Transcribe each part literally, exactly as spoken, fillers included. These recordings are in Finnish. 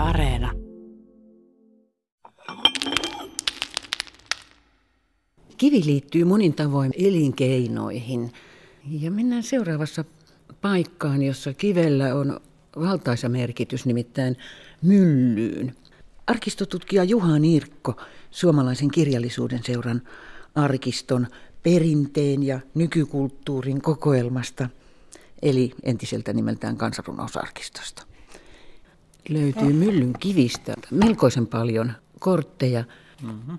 Areena. Kivi liittyy monin tavoin elinkeinoihin. Ja mennään seuraavassa paikkaan, jossa kivellä on valtaisa merkitys, nimittäin myllyyn. Arkistotutkija Juha Nirkko Suomalaisen kirjallisuuden seuran arkiston perinteen ja nykykulttuurin kokoelmasta, eli entiseltä nimeltään Kansanrunousarkistosta. Löytyy myllyn kivistä melkoisen paljon kortteja. Mm-hmm.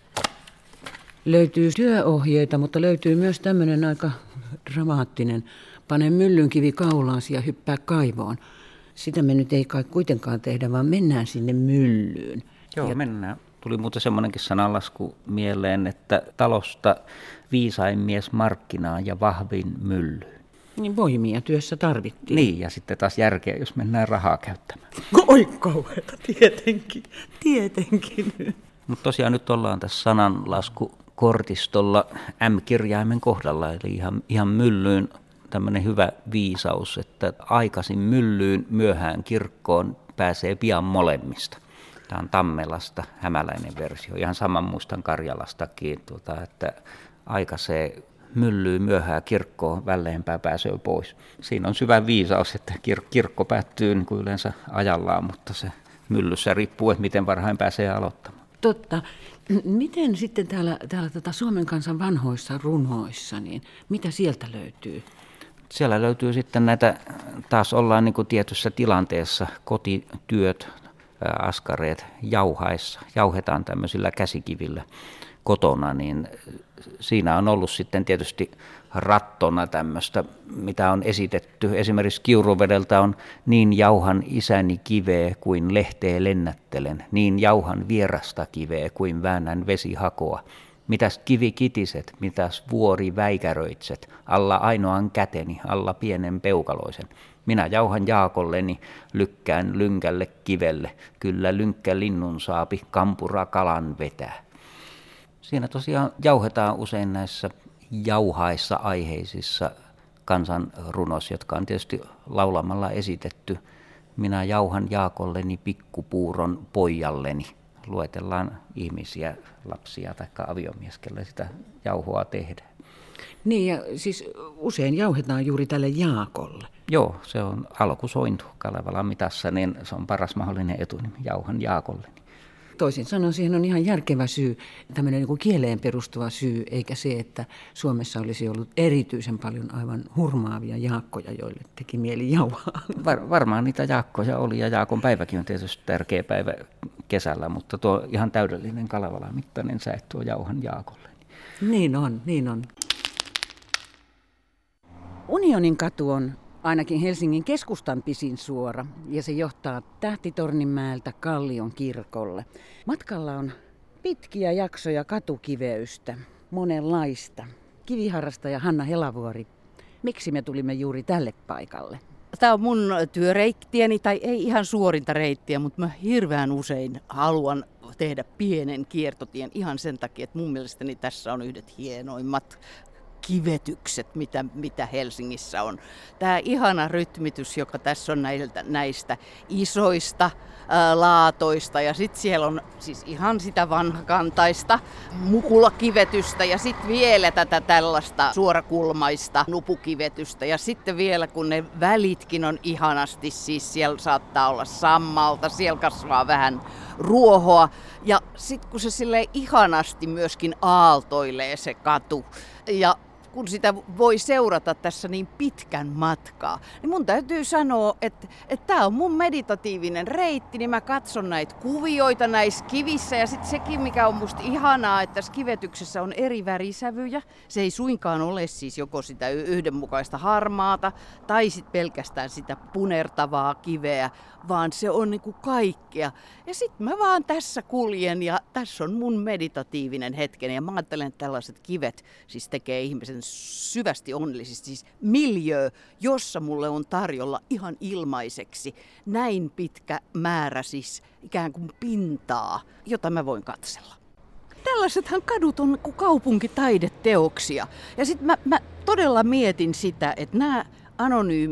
Löytyy työohjeita, mutta löytyy myös tämmöinen aika dramaattinen. Pane myllyn kivi kaulaasi ja hyppää kaivoon. Sitä me nyt ei kai kuitenkaan tehdä, vaan mennään sinne myllyyn. Joo, ja mennään. Tuli muuten semmoinenkin sananlasku mieleen, että talosta viisain mies markkinaan ja vahvin myllyyn. Niin voimia työssä tarvittiin. Niin, ja sitten taas järkeä, jos mennään rahaa käyttämään. Oi kauheeta, tietenkin, tietenkin. Mutta tosiaan nyt ollaan tässä sananlaskukortistolla M-kirjaimen kohdalla, eli ihan, ihan myllyyn tämmöinen hyvä viisaus, että aikaisin myllyyn, myöhään kirkkoon pääsee pian molemmista. Tämä on Tammelasta hämäläinen versio. Ihan saman muistan Karjalastakin, tuota, että aikaiseen myllyyn, myöhään kirkkoon, väleempää pääsee pois. Siinä on syvä viisaus, että kir- kirkko päättyy niin kuin yleensä ajallaan, mutta se myllyssä riippuu, että miten varhain pääsee aloittamaan. Totta. Miten sitten täällä, täällä tota Suomen kansan vanhoissa runoissa, niin mitä sieltä löytyy? Siellä löytyy sitten näitä, taas ollaan niin kuin tietyssä tilanteessa, kotityöt, askareet jauhaissa, jauhetaan tämmöisillä käsikivillä kotona, niin siinä on ollut sitten tietysti rattona tämmöistä, mitä on esitetty. Esimerkiksi Kiuruvedeltä on niin jauhan isäni kiveä kuin lehteä lennättelen, niin jauhan vierasta kiveä kuin väännän vesihakoa. Mitäs kivikitiset, mitäs vuori väikäröitset, alla ainoan käteni, alla pienen peukaloisen. Minä jauhan Jaakolleni, lykkään lynkälle kivelle, kyllä lynkkä linnun saapi, kampura kalan vetää. Siinä tosiaan jauhetaan usein näissä jauhaissa aiheisissa kansanrunos, jotka on tietysti laulamalla esitetty. Minä jauhan Jaakolleni pikkupuuron pojalleni. Luetellaan ihmisiä, lapsia tai aviomieskelle sitä jauhoa tehdään. Niin ja siis usein jauhetaan juuri tälle Jaakolle. Joo, se on alkusointu Kalevalan mitassa, niin se on paras mahdollinen etunimi, jauhan Jaakolleni. Toisin sanoen siihen on ihan järkevä syy, tämmöinen niin kuin kieleen perustuva syy, eikä se, että Suomessa olisi ollut erityisen paljon aivan hurmaavia Jaakkoja, joille teki mieli jauhaa. Var, varmaan niitä Jaakkoja oli, ja Jaakon päiväkin on tietysti tärkeä päivä kesällä, mutta tuo ihan täydellinen Kalevalan mittainen säe tuo jauhan Jaakolle. Niin on, niin on. Unionin katu on ainakin Helsingin keskustan pisin suora, ja se johtaa Tähtitorninmäeltä Kallion kirkolle. Matkalla on pitkiä jaksoja katukiveystä, monenlaista. Kiviharrastaja Hanna Helavuori, miksi me tulimme juuri tälle paikalle? Tämä on mun työreittieni, tai ei ihan suorinta reittiä, mutta mä hirveän usein haluan tehdä pienen kiertotien ihan sen takia, että mun mielestäni tässä on yhdet hienoimmat kivetykset, mitä, mitä Helsingissä on. Tämä ihana rytmitys, joka tässä on näiltä, näistä isoista ää, laatoista, ja sitten siellä on siis ihan sitä vanhakantaista mukulakivetystä, ja sitten vielä tätä tällaista suorakulmaista nupukivetystä, ja sitten vielä kun ne välitkin on ihanasti, siis siellä saattaa olla sammalta, siellä kasvaa vähän ruohoa, ja sitten kun se silleen ihanasti myöskin aaltoilee se katu, ja kun sitä voi seurata tässä niin pitkän matkaa, niin mun täytyy sanoa, että tämä on mun meditatiivinen reitti, niin mä katson näitä kuvioita näissä kivissä, ja sitten sekin, mikä on musta ihanaa, että tässä kivetyksessä on eri värisävyjä. Se ei suinkaan ole siis joko sitä yhdenmukaista harmaata, tai sitten pelkästään sitä punertavaa kiveä, vaan se on niinku kaikkea. Ja sitten mä vaan tässä kuljen, ja tässä on mun meditatiivinen hetkeni, ja mä ajattelen, että tällaiset kivet siis tekee ihmisen syvästi onnellisista, siis miljöö, jossa mulle on tarjolla ihan ilmaiseksi näin pitkä määrä siis ikään kuin pintaa, jota mä voin katsella. Tällaisethan kadut on kuin kaupunkitaideteoksia. Ja sitten mä, mä todella mietin sitä, että nämä anonyymit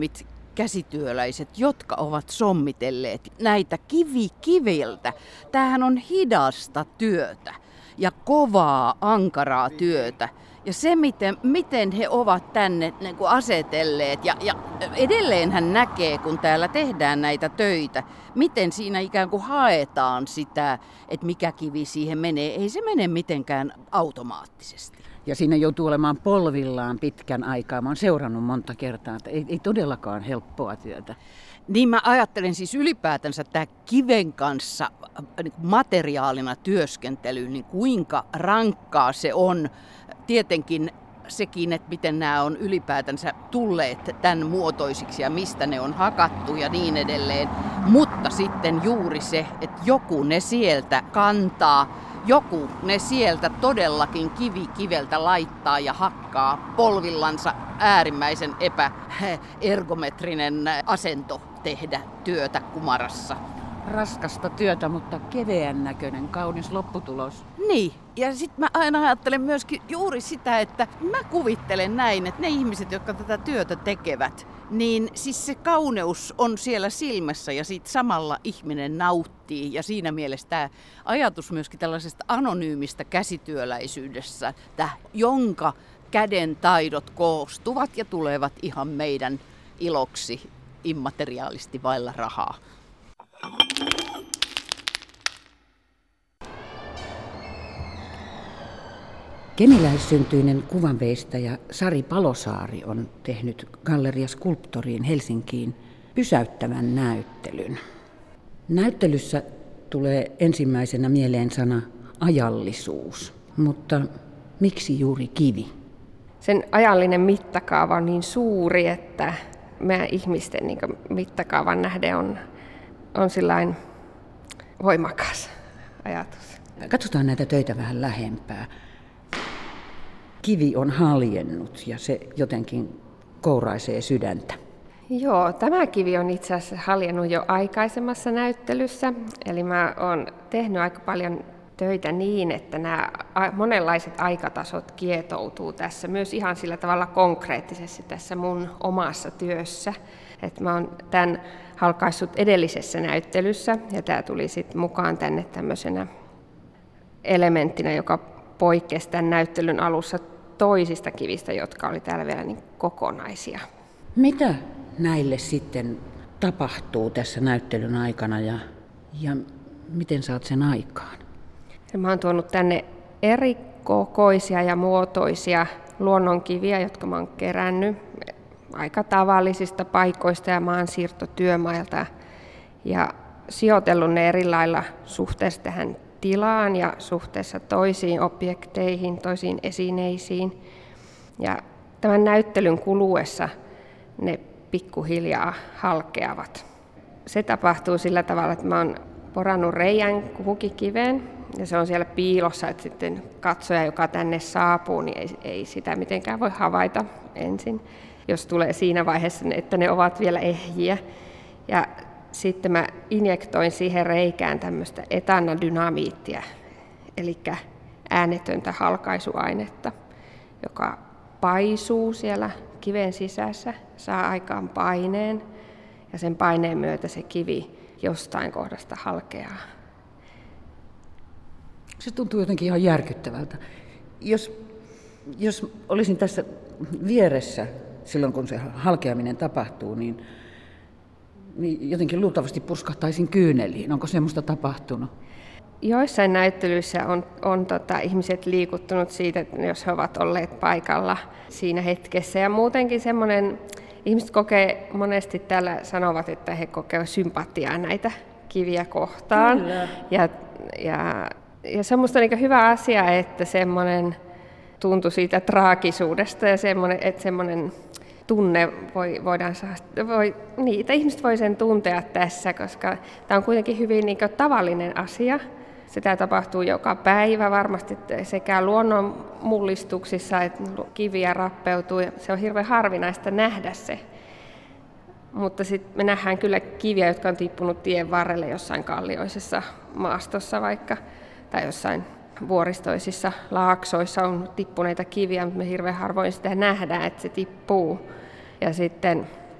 käsityöläiset, jotka ovat sommitelleet näitä kivi kiviltä. Tämähän on hidasta työtä ja kovaa, ankaraa työtä. Ja se, miten, miten he ovat tänne niin kuin asetelleet, ja, ja edelleen hän näkee, kun täällä tehdään näitä töitä, miten siinä ikään kuin haetaan sitä, että mikä kivi siihen menee. Ei se mene mitenkään automaattisesti. Ja siinä joutuu olemaan polvillaan pitkän aikaa. Mä oon seurannut monta kertaa, että ei, ei todellakaan helppoa työtä. Niin mä ajattelen siis ylipäätänsä tämä kiven kanssa niin materiaalina työskentely, niin kuinka rankkaa se on. Tietenkin sekin, että miten nämä on ylipäätänsä tulleet tämän muotoisiksi ja mistä ne on hakattu ja niin edelleen. Mutta sitten juuri se, että joku ne sieltä kantaa, joku ne sieltä todellakin kivi kiveltä laittaa ja hakkaa polvillansa äärimmäisen epäergometrinen asento tehdä työtä kumarassa. Raskasta työtä, mutta keveän näköinen, kaunis lopputulos. Niin, ja sitten mä aina ajattelen myöskin juuri sitä, että mä kuvittelen näin, että ne ihmiset, jotka tätä työtä tekevät, niin siis se kauneus on siellä silmässä ja siitä samalla ihminen nauttii. Ja siinä mielessä tämä ajatus myöskin tällaisesta anonyymistä käsityöläisyydestä, jonka käden taidot koostuvat ja tulevat ihan meidän iloksi immateriaalisti vailla rahaa. Kemiläissyntyinen kuvanveistäjä Sari Palosaari on tehnyt Galleria Sculptoriin Helsinkiin pysäyttävän näyttelyn. Näyttelyssä tulee ensimmäisenä mieleen sana ajallisuus, mutta miksi juuri kivi? Sen ajallinen mittakaava on niin suuri, että meidän ihmisten niin kuin mittakaavan nähden on, on sillain voimakas ajatus. Katsotaan näitä töitä vähän lähempää. Kivi on haljennut ja se jotenkin kouraisee sydäntä. Joo, tämä kivi on itse asiassa haljennut jo aikaisemmassa näyttelyssä. Eli mä oon tehnyt aika paljon töitä niin, että nämä monenlaiset aikatasot kietoutuu tässä myös ihan sillä tavalla konkreettisesti tässä mun omassa työssä. Että mä oon tämän halkaissut edellisessä näyttelyssä ja tämä tuli sitten mukaan tänne tämmöisenä elementtinä, joka poikkesi tämän näyttelyn alussa toisista kivistä, jotka oli täällä vielä niin kokonaisia. Mitä näille sitten tapahtuu tässä näyttelyn aikana ja, ja miten saat sen aikaan? Mä oon tuonut tänne eri kokoisia ja muotoisia luonnonkiviä, jotka mä oon kerännyt aika tavallisista paikoista ja maansiirtotyömailta ja sijoitellut ne eri lailla suhteessa tähän tilaan ja suhteessa toisiin objekteihin, toisiin esineisiin. Ja tämän näyttelyn kuluessa ne pikkuhiljaa halkeavat. Se tapahtuu sillä tavalla, että mä oon porannut reijän kuhukin kiveen ja se on siellä piilossa, että sitten katsoja, joka tänne saapuu, niin ei, ei sitä mitenkään voi havaita ensin, jos tulee siinä vaiheessa, että ne ovat vielä ehjiä. Ja sitten mä injektoin siihen reikään tämmöistä etanadynamiittia, eli äänetöntä halkaisuainetta, joka paisuu siellä kiven sisässä, saa aikaan paineen ja sen paineen myötä se kivi jostain kohdasta halkeaa. Se tuntuu jotenkin ihan järkyttävältä. Jos, jos olisin tässä vieressä silloin, kun se halkeaminen tapahtuu, niin niin jotenkin luultavasti purskahtaisin kyyneliin. Onko semmoista tapahtunut? Joissain näyttelyissä on, on tota, ihmiset liikuttunut siitä, jos he ovat olleet paikalla siinä hetkessä. Ja muutenkin semmoinen, ihmiset kokee monesti täällä sanovat, että he kokevat sympatiaa näitä kiviä kohtaan. Kyllä. Ja, ja, ja semmoista on niin hyvä asia, että semmoinen tuntui siitä traagisuudesta ja semmoinen, että semmoinen tunne voi, voidaan saada, voi, niin, ihmiset voi sen tuntea tässä, koska tämä on kuitenkin hyvin niin kuin tavallinen asia. Sitä tapahtuu joka päivä varmasti sekä luonnon mullistuksissa, että kiviä rappeutuu. Se on hirveän harvinaista nähdä se. Mutta sitten me nähdään kyllä kiviä, jotka on tippunut tien varrelle jossain kallioisessa maastossa vaikka, tai jossain vuoristoisissa laaksoissa on tippuneita kiviä, mutta me hirveän harvoin sitä nähdään, että se tippuu. Ja sitten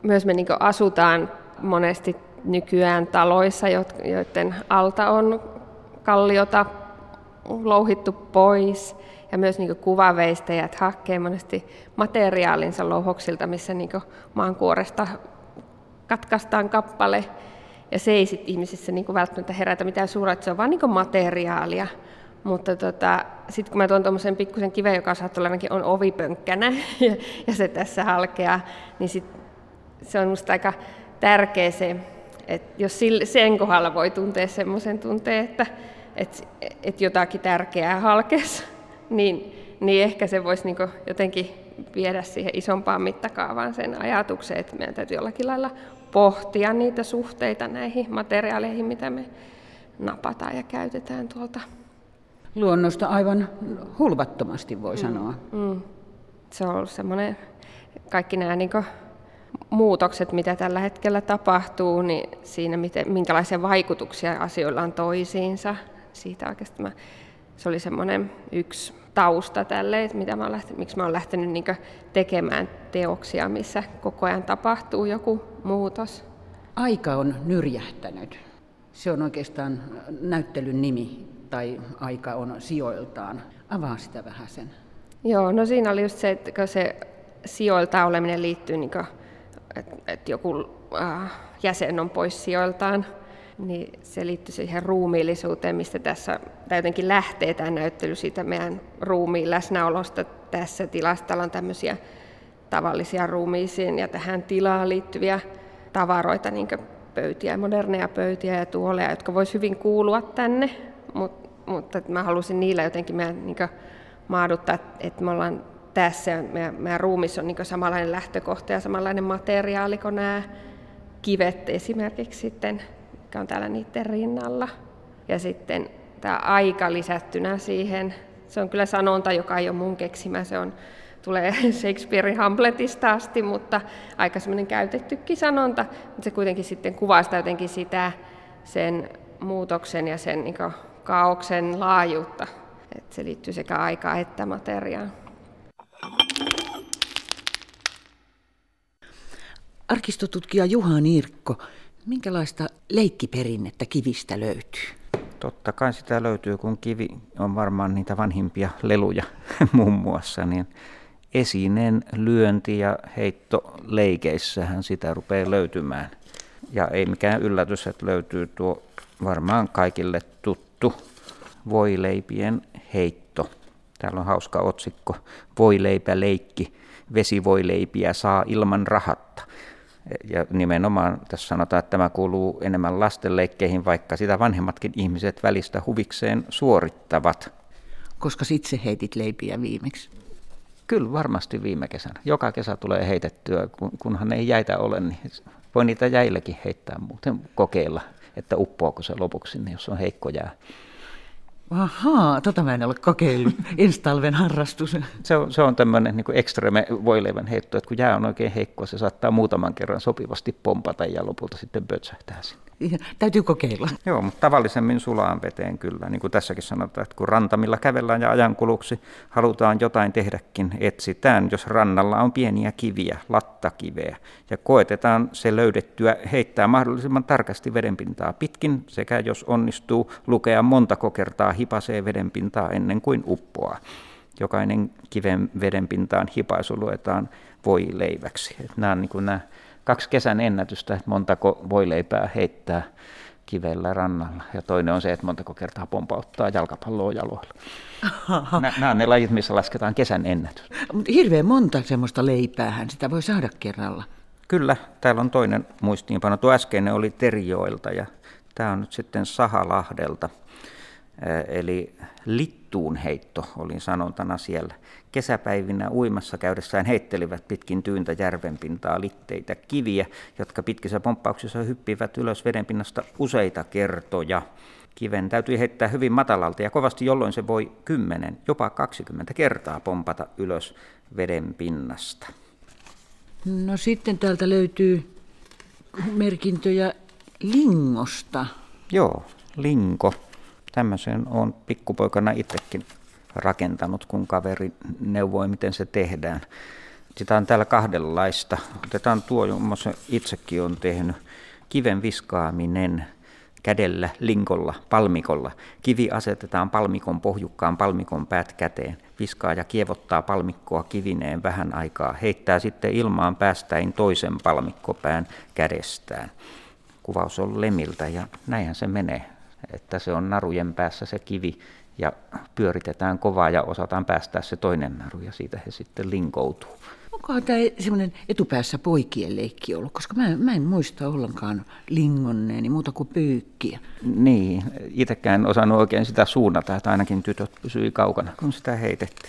myös me niin kuin asutaan monesti nykyään taloissa, joiden alta on kalliota louhittu pois. Ja myös niin kuin kuvaveistäjät hakee monesti materiaalinsa louhoksilta, missä niin kuin maankuoresta katkaistaan kappale. Ja se ei sitten ihmisissä niin kuin välttämättä herätä mitään suuraa, että se on vaan niin kuin materiaalia. Mutta tota, sitten kun mä tuon tuommoisen pikkusen kiven, joka saattaa olla ainakin on ovipönkkänä, ja, ja se tässä halkeaa, niin sit se on musta aika tärkeä se, että jos sen kohdalla voi tuntea semmoisen tunteen, että et, et jotakin tärkeää halkeassa, niin, niin ehkä se voisi niinku jotenkin viedä siihen isompaan mittakaavaan sen ajatuksen, että meidän täytyy jollakin lailla pohtia niitä suhteita näihin materiaaleihin, mitä me napataan ja käytetään tuolta. Luonnosta aivan hulvattomasti voi mm, sanoa. Mm. Se on ollut semmoinen, kaikki nämä niin kuin muutokset, mitä tällä hetkellä tapahtuu, niin siinä miten, minkälaisia vaikutuksia asioilla on toisiinsa. Siitä oikeastaan mä, se oli semmoinen yksi tausta tälle, että mitä mä olen lähtenyt, miksi mä olen lähtenyt niin kuin tekemään teoksia, missä koko ajan tapahtuu joku muutos. Aika on nyrjähtänyt. Se on oikeastaan näyttelyn nimi. Tai aika on sijoiltaan. Avaa sitä vähän sen. Joo, no siinä oli just se, että se sijoiltaan oleminen liittyy, niin että et joku äh, jäsen on pois sijoiltaan, niin se liittyy siihen ruumiillisuuteen, mistä tässä tai jotenkin lähtee tämä näyttely siitä meidän ruumiin läsnäolosta tässä tilassa. Täällä on tämmöisiä tavallisia ruumiisiin ja tähän tilaan liittyviä tavaroita, niin kuin pöytiä, moderneja pöytiä ja tuoleja, jotka vois hyvin kuulua tänne. Mut, mutta mä halusin niillä jotenkin meidän niin kuin maaduttaa, että me ollaan tässä ja meidän, meidän ruumissa on niin kuin samanlainen lähtökohta ja samanlainen materiaali kuin nämä kivet esimerkiksi sitten, mikä on täällä niiden rinnalla. Ja sitten tämä aika lisättynä siihen, se on kyllä sanonta, joka ei ole mun keksimä, se on, tulee Shakespearein Hamletista asti, mutta aika semmoinen käytettykin sanonta, mutta se kuitenkin sitten kuvaa sitä jotenkin sitä sen muutoksen ja sen niin kuin kaaoksen laajuutta. Että se liittyy sekä aikaan että materiaan. Arkistotutkija Juha Niirkko, minkälaista leikkiperinnettä kivistä löytyy? Totta kai sitä löytyy, kun kivi on varmaan niitä vanhimpia leluja muun muassa, niin esineen lyönti ja heitto leikeissähän sitä rupeaa löytymään. Ja ei mikään yllätys, että löytyy tuo varmaan kaikille tuttu voileipien heitto. Täällä on hauska otsikko, voileipäleikki, vesivoileipiä saa ilman rahatta. Ja nimenomaan tässä sanotaan, että tämä kuuluu enemmän lastenleikkeihin, vaikka sitä vanhemmatkin ihmiset välistä huvikseen suorittavat. Koska itse heitit leipiä viimeksi? Kyllä varmasti viime kesänä. Joka kesä tulee heitettyä, kunhan ei jäitä ole, niin voi niitä jäilläkin heittää muuten kokeilla, että uppoako se lopuksi, niin jos on heikko jää. Ahaa, tota mä en ole kokeillut. Ensi talven harrastus. Se on, se on tämmöinen niin kuin ekstreme voileivän heitto, että kun jää on oikein heikko, se saattaa muutaman kerran sopivasti pompata ja lopulta sitten pötsähtää sinne. Täytyy kokeilla. Joo, mutta tavallisemmin sulaan veteen kyllä. Niin kuin tässäkin sanotaan, että kun rantamilla kävellään ja ajankuluksi halutaan jotain tehdäkin, etsitään, jos rannalla on pieniä kiviä, lattakiveä, ja koetetaan se löydettyä heittää mahdollisimman tarkasti vedenpintaa pitkin, sekä jos onnistuu lukea montako kertaa hipasee vedenpintaa ennen kuin uppoaa. Jokainen kiven vedenpintaan hipaisu luetaan voileiväksi. Että nämä on niin kuin nämä kaksi kesän ennätystä, että montako voileipää heittää kivellä rannalla. Ja toinen on se, että montako kertaa pompauttaa jalkapalloa jaloilla. Nämä on ne lajit, missä lasketaan kesän ennätys. Mutta hirveän monta semmoista leipäähän sitä voi saada kerralla. Kyllä, täällä on toinen muistiinpano. Tuo äskeinen oli Terijoilta ja tämä on nyt sitten Sahalahdelta. Eli littuun heitto oli sanontana siellä. Kesäpäivinä uimassa käydessään heittelivät pitkin tyyntä järvenpintaa litteitä kiviä, jotka pitkissä pomppauksissa hyppivät ylös vedenpinnasta useita kertoja. Kiven täytyy heittää hyvin matalalta ja kovasti, jolloin se voi kymmenen, jopa kaksikymmentä kertaa pompata ylös vedenpinnasta. No sitten täältä löytyy merkintöjä lingosta. Joo, linko. Tämmöisen olen pikkupoikana itsekin rakentanut, kun kaveri neuvoi, miten se tehdään. Sitä on täällä kahdenlaista. Otetaan tuo, jonka itsekin on tehnyt. Kiven viskaaminen kädellä, linkolla, palmikolla. Kivi asetetaan palmikon pohjukkaan, palmikon päät käteen. Viskaa ja kievottaa palmikkoa kivineen vähän aikaa. Heittää sitten ilmaan päästäin toisen palmikkopään kädestään. Kuvaus on Lemiltä ja näinhän se menee, että se on narujen päässä se kivi ja pyöritetään kovaa ja osataan päästää se toinen naru ja siitä he sitten linkoutuu. Onkohan tämä semmoinen etupäässä poikien leikki ollut, koska mä, mä en muista ollenkaan lingonneeni muuta kuin pyykkiä. Niin, itsekään en osannut oikein sitä suunnata, että ainakin tytöt pysyi kaukana, kun sitä heitettiin.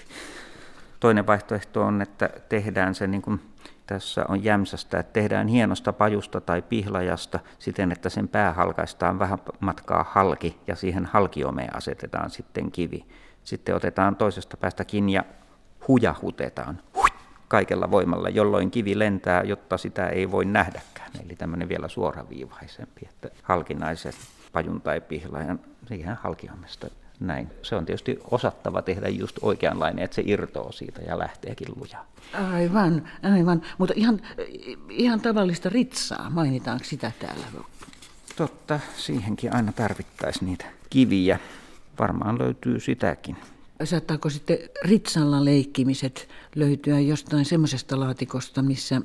Toinen vaihtoehto on, että tehdään se niin kuin tässä on Jämsästä, että tehdään hienosta pajusta tai pihlajasta siten, että sen pää halkaistaan vähän matkaa halki ja siihen halkiomeen asetetaan sitten kivi. Sitten otetaan toisesta päästä kiinni ja hujahutetaan kaikella voimalla, jolloin kivi lentää, jotta sitä ei voi nähdäkään. Eli tämmöinen vielä suoraviivaisempi, että halkinaiset pajun tai pihlajan siihen halkiomesta. Näin. Se on tietysti osattava tehdä just oikeanlainen, että se irtoaa siitä ja lähteekin lujaa. Aivan, aivan. Mutta ihan, ihan tavallista ritsaa, mainitaanko sitä täällä? Totta, siihenkin aina tarvittaisiin niitä kiviä. Varmaan löytyy sitäkin. Saattaako sitten ritsalla leikkimiset löytyä jostain semmoisesta laatikosta, missä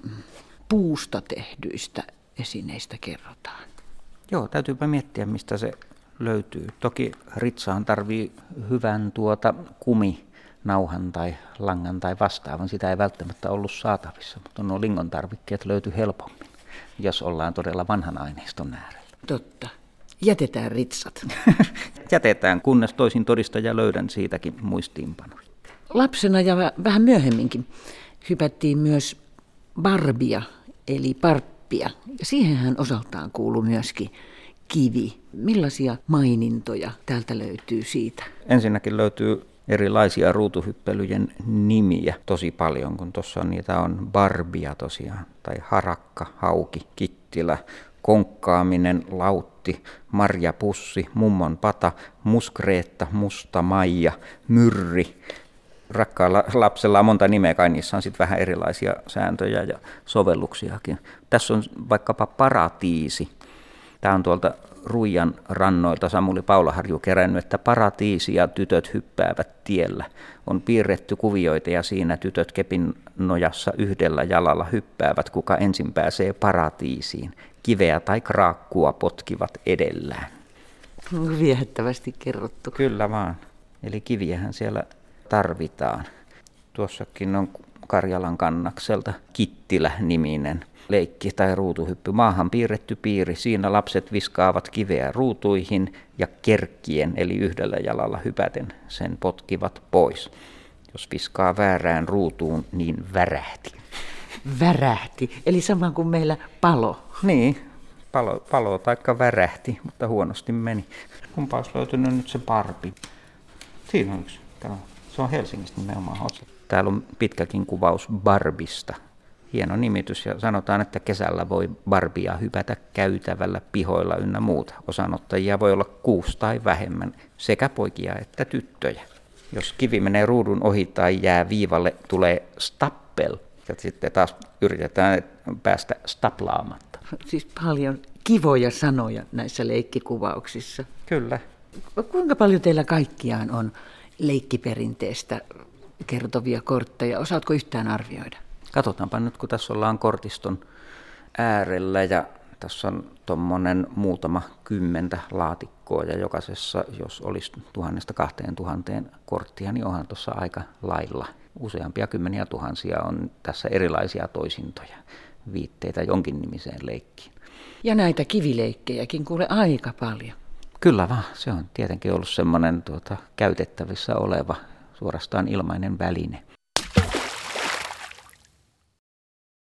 puusta tehdyistä esineistä kerrotaan? Joo, täytyypä miettiä, mistä se löytyy. Toki ritsaan tarvii hyvän tuota kuminauhan tai langan tai vastaavan. Sitä ei välttämättä ollut saatavissa, mutta nuo lingon tarvikkeet löytyy helpommin, jos ollaan todella vanhan aineiston äärellä. Totta. Jätetään ritsat. Jätetään, kunnes toisin todistaja löydän siitäkin muistiinpanoja. Lapsena ja vähän myöhemminkin hypättiin myös barbia, eli parppia. Ja siihenhän osaltaan kuuluu myöskin kivi. Millaisia mainintoja täältä löytyy siitä? Ensinnäkin löytyy erilaisia ruutuhyppelyjen nimiä tosi paljon, kun tuossa niitä on barbia tosiaan, tai harakka, hauki, kittilä, konkkaaminen, lautti, marjapussi, mummon pata, muskreetta, musta maija, myrri. Rakkaalla lapsella on monta nimeä, kai niissä on sitten vähän erilaisia sääntöjä ja sovelluksiakin. Tässä on vaikkapa paratiisi. Tämä on tuolta Ruijan rannoilta Samuli Paulaharju kerännyt, että paratiisia tytöt hyppäävät tiellä. On piirretty kuvioita ja siinä tytöt kepin nojassa yhdellä jalalla hyppäävät, kuka ensin pääsee paratiisiin. Kiveä tai kraakkua potkivat edellään. Viehättävästi kerrottu. Kyllä vaan. Eli kiviähän siellä tarvitaan. Tuossakin on Karjalan kannakselta Kittilä-niminen leikki tai ruutuhyppy. Maahan piirretty piiri. Siinä lapset viskaavat kiveä ruutuihin ja kerkkien, eli yhdellä jalalla hypäten, sen potkivat pois. Jos viskaa väärään ruutuun, niin värähti. Värähti, eli sama kuin meillä palo. Niin, palo, palo taikka värähti, mutta huonosti meni. Kumpa olisi löytynyt nyt se parpi? Siinä on yksi. Se on Helsingistä nimenomaan. Täällä on pitkäkin kuvaus Barbista. Hieno nimitys ja sanotaan, että kesällä voi barbia hypätä käytävällä pihoilla ynnä muuta. Osanottajia voi olla kuusi tai vähemmän, sekä poikia että tyttöjä. Jos kivi menee ruudun ohi tai jää viivalle, tulee stappel. Ja sitten taas yritetään päästä staplaamatta. Siis paljon kivoja sanoja näissä leikkikuvauksissa. Kyllä. Kuinka paljon teillä kaikkiaan on leikkiperinteestä kertovia kortteja? Osaatko yhtään arvioida? Katsotaanpa nyt, kun tässä ollaan kortiston äärellä ja tässä on tuommoinen muutama kymmentä laatikkoa ja jokaisessa, jos olisi tuhannesta kahteen tuhanteen korttia, niin onhan tuossa aika lailla. Useampia kymmeniä tuhansia on tässä erilaisia toisintoja, viitteitä jonkin nimiseen leikkiin. Ja näitä kivileikkejäkin kuule aika paljon. Kyllä vaan, se on tietenkin ollut semmoinen tuota, käytettävissä oleva, suorastaan ilmainen väline.